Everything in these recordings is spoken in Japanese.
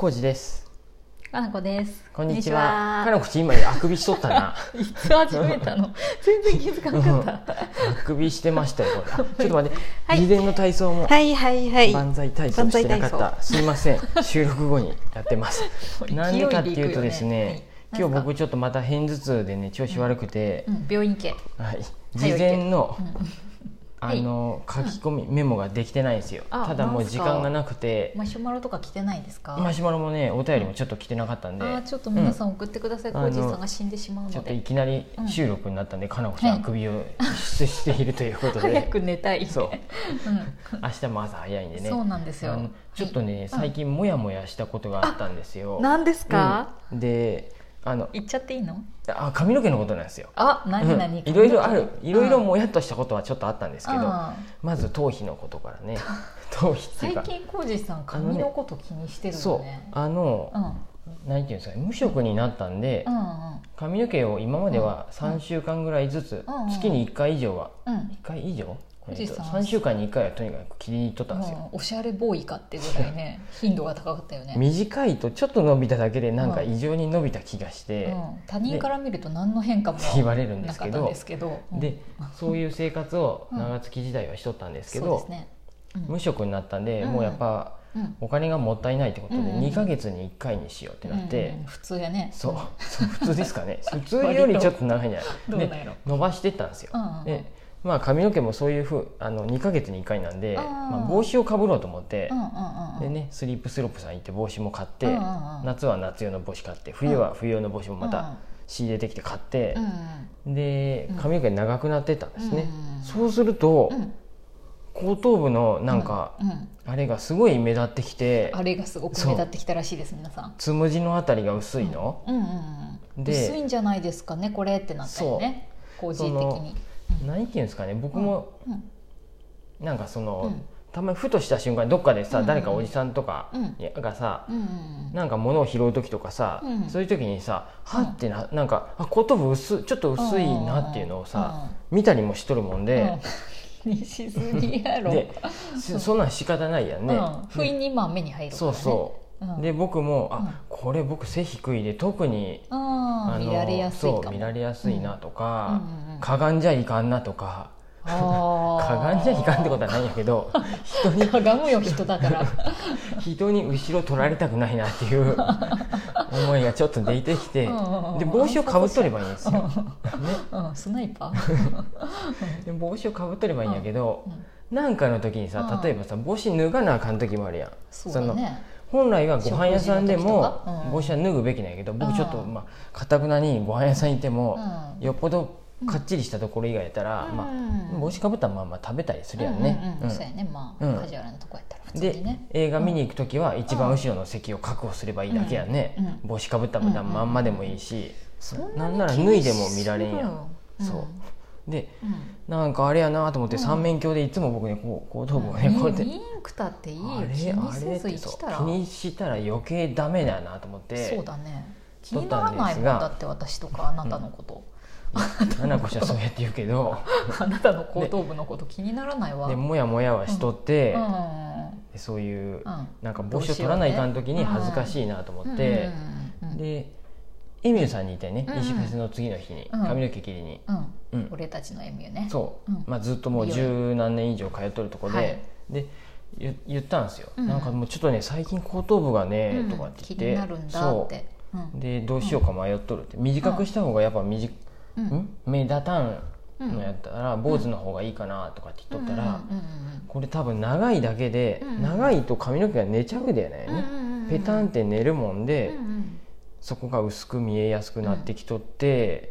コウジです。 かなこです。 こんにちは。かなこち今あくびしとったな。 いつ始めたの？全然気づかなかった。 あくびしてましたよ。ちょっと待って、 はい、 事前の体操も万歳体操してなかった。すいません。収録後にやってます。なんでかっていうとですね、今日僕ちょっとまた片頭痛でね調子悪くて、 病院行け。 はい。事前の書き込みメモができてないんですよ。ただもう時間がなくて。 マシュマロとか来てないですか？ マシュマロもねお便りもちょっと来てなかったんで、 ちょっと皆さん送ってください。コージーさんが死んでしまうので、 ちょっといきなり収録になったんで、かなこちゃん首を出しているということで早く寝たい。 そう、明日も朝早いんでね。 そうなんですよ。 ちょっとね最近モヤモヤしたことがあったんですよ。 何ですか？ で言っちゃっていいの？ 髪の毛のことなんですよ。 何いろいろある、いろいろもやっとしたことはちょっとあったんですけど、まず頭皮のことからね。頭皮っていうか、 最近コウジさん髪のこと気にしてるよね。 何ていうんですかね、無色になったんで、髪の毛を今までは3週間ぐらいずつ、月に1回以上は、1回以上3週間に1回はとにかく切りに行っとったんですよ。 おしゃれボーイかってぐらいね頻度が高かったよね。 短いとちょっと伸びただけでなんか異常に伸びた気がして、 他人から見ると何の変化も言われるんですけど、 でそういう生活を長月時代はしとったんですけど、無職になったんで、もうやっぱお金がもったいないってことで2ヶ月に1回にしようってなって、 普通やね。 そう普通ですかね。普通よりちょっと長いんじゃないで伸ばしていったんですよ。で髪の毛もそういう2ヶ月に1回なんで、帽子をかぶろうと思って、でねスリープスロップさん行って帽子も買って、夏は夏用の帽子買って、冬は冬用の帽子もまた仕入れてきて買って、で髪の毛長くなってったんですね。そうすると後頭部のなんかあれがすごい目立ってきて、 あれがすごく目立ってきたらしいです。皆さんつむじのあたりが薄いの、 薄いんじゃないですかねこれってなったよね、個人的に。 何ていうんですかね、僕もなんかたまにふとした瞬間どっかでさ、誰かおじさんとかがさ、なんか物を拾う時とかさ、そういう時にさはってなんか後頭部ちょっと薄いなっていうのをさ見たりもしとるもんで、 しすぎやろ。 でそんなん仕方ないやんね。 不意に目に入るからね。 そうで僕もこれ僕背低いで特に見られやすいかも。 見られやすいなとか、かがんじゃいかんなとか、かがんじゃいかんってことはないんやけど、 人にかがむよ人だから人に後ろ取られたくないなっていう思いがちょっと出てきて、で帽子をかぶっとればいいんですよ、 スナイパーで帽子をかぶっとればいいんやけど、なんかの時にさ、例えばさ帽子脱がなあかん時もあるやん。 そうだね。 本来はご飯屋さんでも帽子は脱ぐべきなんやけど、僕ちょっとかたくなにご飯屋さんにいても、よっぽどかっちりしたところ以外やったら、帽子かぶったら食べたりするやんね。 そうやね。カジュアルなとこやったら普通にね。 で映画見に行く時は一番後ろの席を確保すればいいだけやんね。帽子かぶったまんまでもいいし、なんなら脱いでも見られんやん。そうでなんかあれやなと思って、三面鏡でいつも僕ね後頭部をねこうやって、 見んくたっていいよ、気にせず生きたら。 気にしたら余計ダメだなと思って。 そうだね。気にならないもんだって私とかあなたのこと、 花子氏はそうやって言うけどあなたの後頭部のこと気にならないわ。 でもやもやはしとって、そういうなんか帽子を取らないかん時に恥ずかしいなと思って、でエミューさんにいてね、石フェスの次の日に髪の毛切りに、 俺たちのエミューね。 そう、ずっともう十何年以上通っとるとこで、で言ったんですよ。なんかもうちょっとね最近後頭部がねとかって言って、 気になるんだって。 でどうしようか迷っとるって、短くした方がやっぱ目立たんのやったら坊主の方がいいかなとかって言っとったら、これ多分長いだけで、長いと髪の毛が寝ちゃうだよね、ペタンって寝るもんで、そこが薄く見えやすくなってきとって、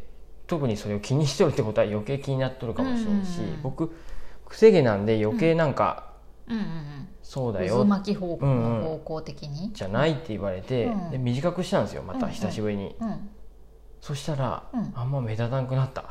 特にそれを気にしとるってことは余計気になっとるかもしれんし、僕くせ毛なんで余計なんか、そうだよ渦巻き方向の方向的にじゃないって言われて、で短くしたんですよまた久しぶりに。そしたら、あんま目立たなくなった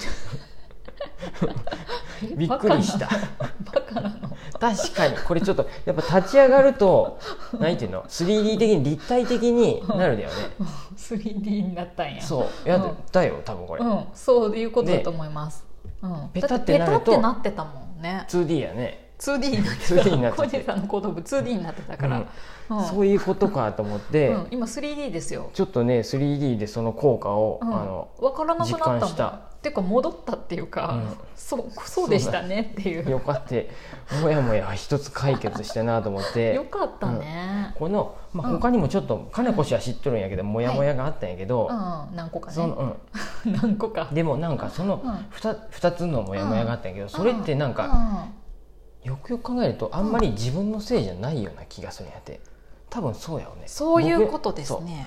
びっくりした。 バカなの。 確かにこれちょっとやっぱ立ち上がると何ていうの 3D 的に立体的になるだよね。 3D になったんや。 そうやったよ多分これ、 そういうことだと思います。 ペタってなるとペタってなってたもんね。 2D やね。 2D になってた。 2D になっててコージーさんの後頭部 2D になってたから、 そういうことかと思って、 今 3D ですよ。 ちょっとね 3D でその効果を、 分からなくなったもん。 実感した。 っていうか戻ったっていうか、そうでしたねっていう。 よかった、もやもや一つ解決したなと思ってよかったね。 この、他にもちょっとかなこ氏は知っとるんやけど、もやもやがあったんやけど、 何個かね。何個か。 でもなんかその 2つのもやもやがあったんやけど、それってなんか、よくよく考えるとあんまり自分のせいじゃないような気がするんやって。多分そうやよね。 そういうことですね。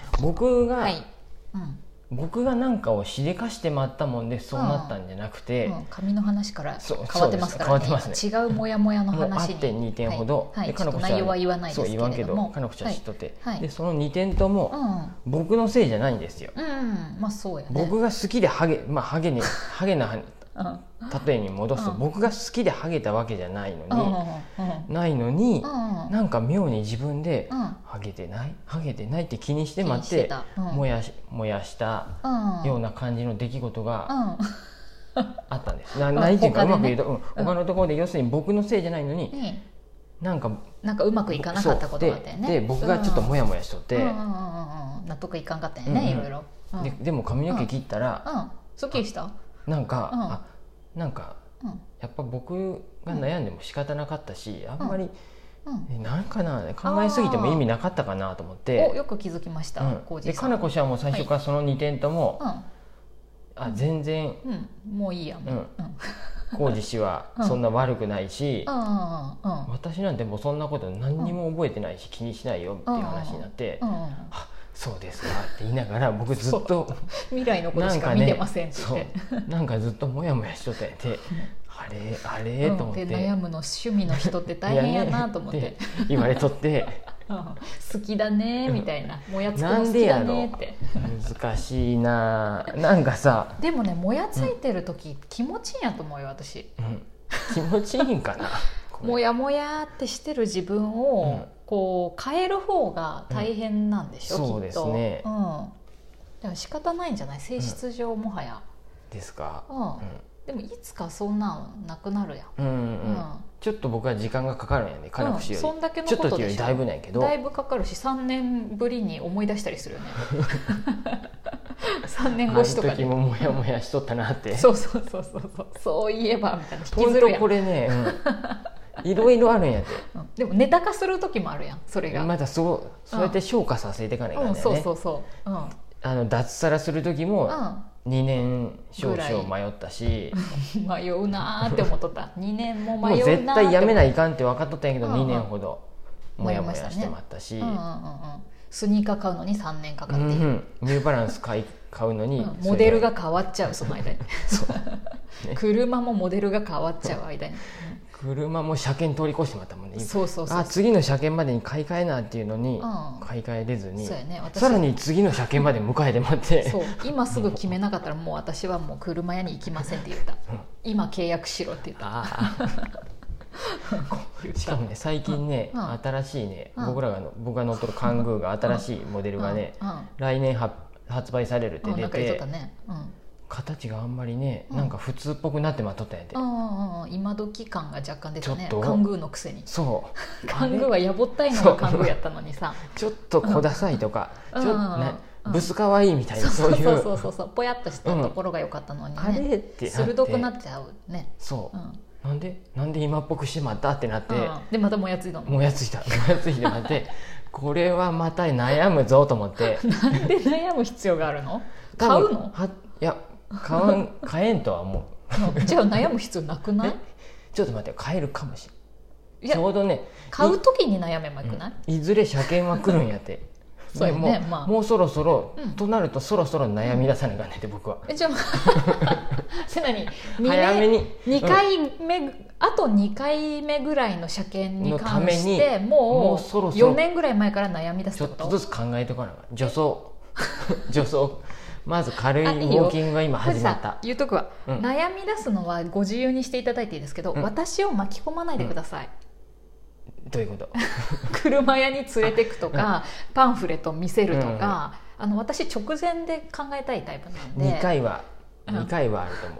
僕が何かをしでかしてまったもんでそうなったんじゃなくて、 髪の話から変わってますからね。違うモヤモヤの話に 2点ほど、 ちょっと内容は言わないですけれども、 かなこちゃん知っとって、でその2点とも僕のせいじゃないんですよ。 まあそうやね。 僕が好きでハゲな例えに戻すと、僕が好きでハゲたわけじゃないのに、なんか妙に自分でハゲてないって気にしてまって、もやしたような感じの出来事があったんです。何ていうかうまく言うと、他のところで要するに僕のせいじゃないのに、なんかうまくいかなかったことがあったよね。 で僕がちょっともやもやしとって、 納得いかんかったよね、いろいろ。 でも髪の毛切ったらすっきりした。 なんかやっぱ僕が悩んでも仕方なかったし、あんまりなんかな考えすぎても意味なかったかなと思って。 よく気づきました。 でかなこ氏はもう最初からその2点とも全然もういいやもう浩二氏はそんな悪くないし、私なんてもうそんなこと何にも覚えてないし気にしないよっていう話になって、そうですかって言いながら僕ずっと未来のことしか見てませんって言って、 なんかずっとモヤモヤしとってあれと思って、 悩むの趣味の人って大変やなと思って言われとって好きだねみたいな、もやつくの好きだねって。 難しいな。なんかさ、 でもね、もやついてる時気持ちいいんやと思うよ私。 気持ちいいんかな。 もやもやってしてる自分をこう変える方が大変なんでしょ、 そうですね。 だから仕方ないんじゃない、性質上もはや。 ですか。 でもいつかそんなんなくなるやん。 ちょっと僕は時間がかかるんやね、かなこ氏より。 そんだけのことでしょ。 ちょっとよりだいぶないけど。 だいぶかかるし、3年ぶりに思い出したりするよね。3年越しとかあの時もモヤモヤしとったなって。 そういえばみたいな。 本当これね、いろいろあるんやって。 でもネタ化する時もあるやん、それが。 まだそうやって消化させていかないからね。脱サラする時も2年少々迷ったし、 迷うなーって思っとった。2年も迷うなーって。 もう絶対やめないかんって分かっとったんやけど、2年ほどモヤモヤしてまったし、 スニーカー買うのに3年かかって、 ニューバランス買うのにモデルが変わっちゃう、その間に。車もモデルが変わっちゃう間に。 車も車検通り越してまったもんね。 そう次の車検までに買い替えなっていうのに買い替えれずに、さらに次の車検まで迎えて待って、 今すぐ決めなかったらもう私はもう車屋に行きませんって言った。今契約しろって言った。 しかもね、最近ね、新しいね、僕が乗っとるカングーが新しいモデルがね、来年発売されるって出て、形があんまりね、なんか普通っぽくなってまっとったんやで。 今時感が若干出たね、カングーのくせに。 そうカングーはやぼったいのがカングーやったのにさ、 ちょっと小ダサいとか、ちょっとブスかわいいみたいな、そういうぽやっとしたところが良かったのにあれって鋭くなっちゃうね。 なんで今っぽくしてまったってなって、 でまたもやついたの。 もやついてなって、これはまた悩むぞと思って。 なんで悩む必要があるの？買うの？ いや、買えんとは思う。じゃあ悩む必要なくない？ ちょっと待って、買えるかもしれん。ちょうどね、 買う時に悩めばよくない？ いずれ車検は来るんやって。そうよね、もうそろそろ、となるとそろそろ悩み出さなきゃねって僕は。 じゃあ何早めに 2回目、あと2回目ぐらいの車検に関してもう4年ぐらい前から悩み出すってこと？ ちょっとずつ考えておかなきゃ。助走まず軽いウォーキングが今始まった。 言うとくわ、悩み出すのはご自由にしていただいていいですけど、私を巻き込まないでください。 どういうこと？ 車屋に連れてくとか、パンフレット見せるとか、私直前で考えたいタイプなんで。 2回はあると思う。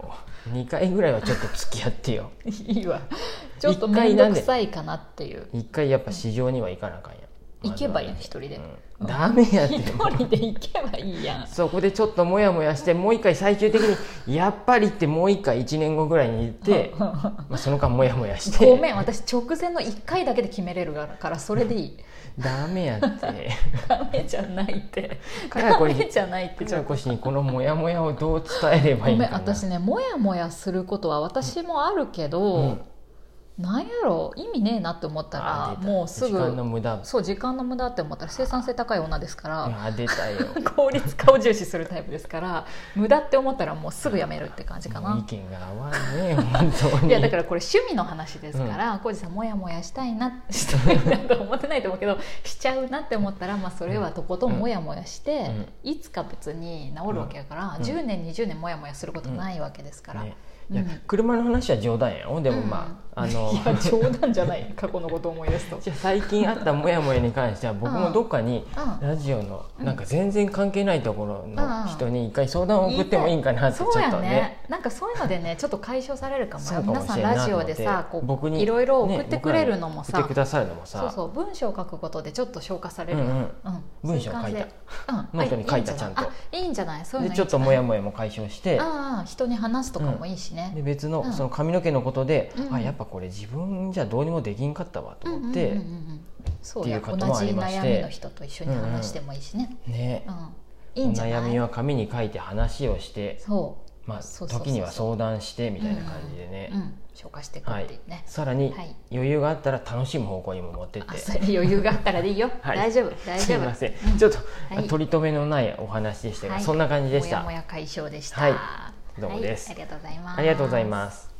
2回ぐらいはちょっと付き合ってよいいわ、ちょっと面倒くさいかなっていう。 1回やっぱ市場には行かなあかんやん、 行けばいいやん、一人で、 ダメやって一人で行けばいいやん。 そこでちょっとモヤモヤして、もう一回最終的にやっぱりってもう一回1年後ぐらいに言ってまあその間モヤモヤして、 ごめん、私直前の1回だけで決めれるからそれでいいダメやってダメじゃないってダメじゃないって。 かやこしにこのモヤモヤをどう伝えればいいのかな。 ごめん、私ね、モヤモヤすることは私もあるけど、なんやろ、意味ねえなって思ったらもうすぐ時間の無駄。 そう、時間の無駄って思ったら生産性高い女ですから、 出たよ効率化を重視するタイプですから、無駄って思ったらもうすぐやめるって感じかな。 意見が合わんね本当に。 いやだからこれ趣味の話ですから、浩司さんモヤモヤしたいなと思ってないと思うけど、しちゃうなって思ったら、まあそれはとことんモヤモヤして、いつか別に治るわけやから、10年20年モヤモヤすることないわけですから、 いや車の話は冗談やよ。でもまあ、 いや冗談じゃない、過去のことを思い出すと。 じゃあ最近あったモヤモヤに関しては僕もどっかにラジオのなんか全然関係ないところの人に一回相談を送ってもいいんかなってちょっとね。 そうやね、なんかそういうのでねちょっと解消されるかも。 そうかもしれんな皆さんラジオでさ、こ僕にういろいろ送ってくれるのもさ、 送ってくださるのもさ、 そうそう、文章を書くことでちょっと消化されるよ、 文章を書いた、ノートに書いたちゃんと。 いいんじゃない、そういうのでちょっとモヤモヤも解消して、 人に話すとかもいいしね。 で別のその髪の毛のことで、やっぱこれ自分じゃどうにもできんかったわと思って、 そうや、同じ悩みの人と一緒に話してもいいしね。いいんじゃない。 悩みは紙に書いて話をして、まあ時には相談してみたいな感じでね、 消化していくっていうね。 さらに余裕があったら楽しむ方向にも持ってって。 余裕があったらでいいよ。大丈夫大丈夫。 すいません、ちょっと取り留めのないお話でしたが、そんな感じでした。 もやもや解消でした。 はい、どうもです。 ありがとうございます。 ありがとうございます。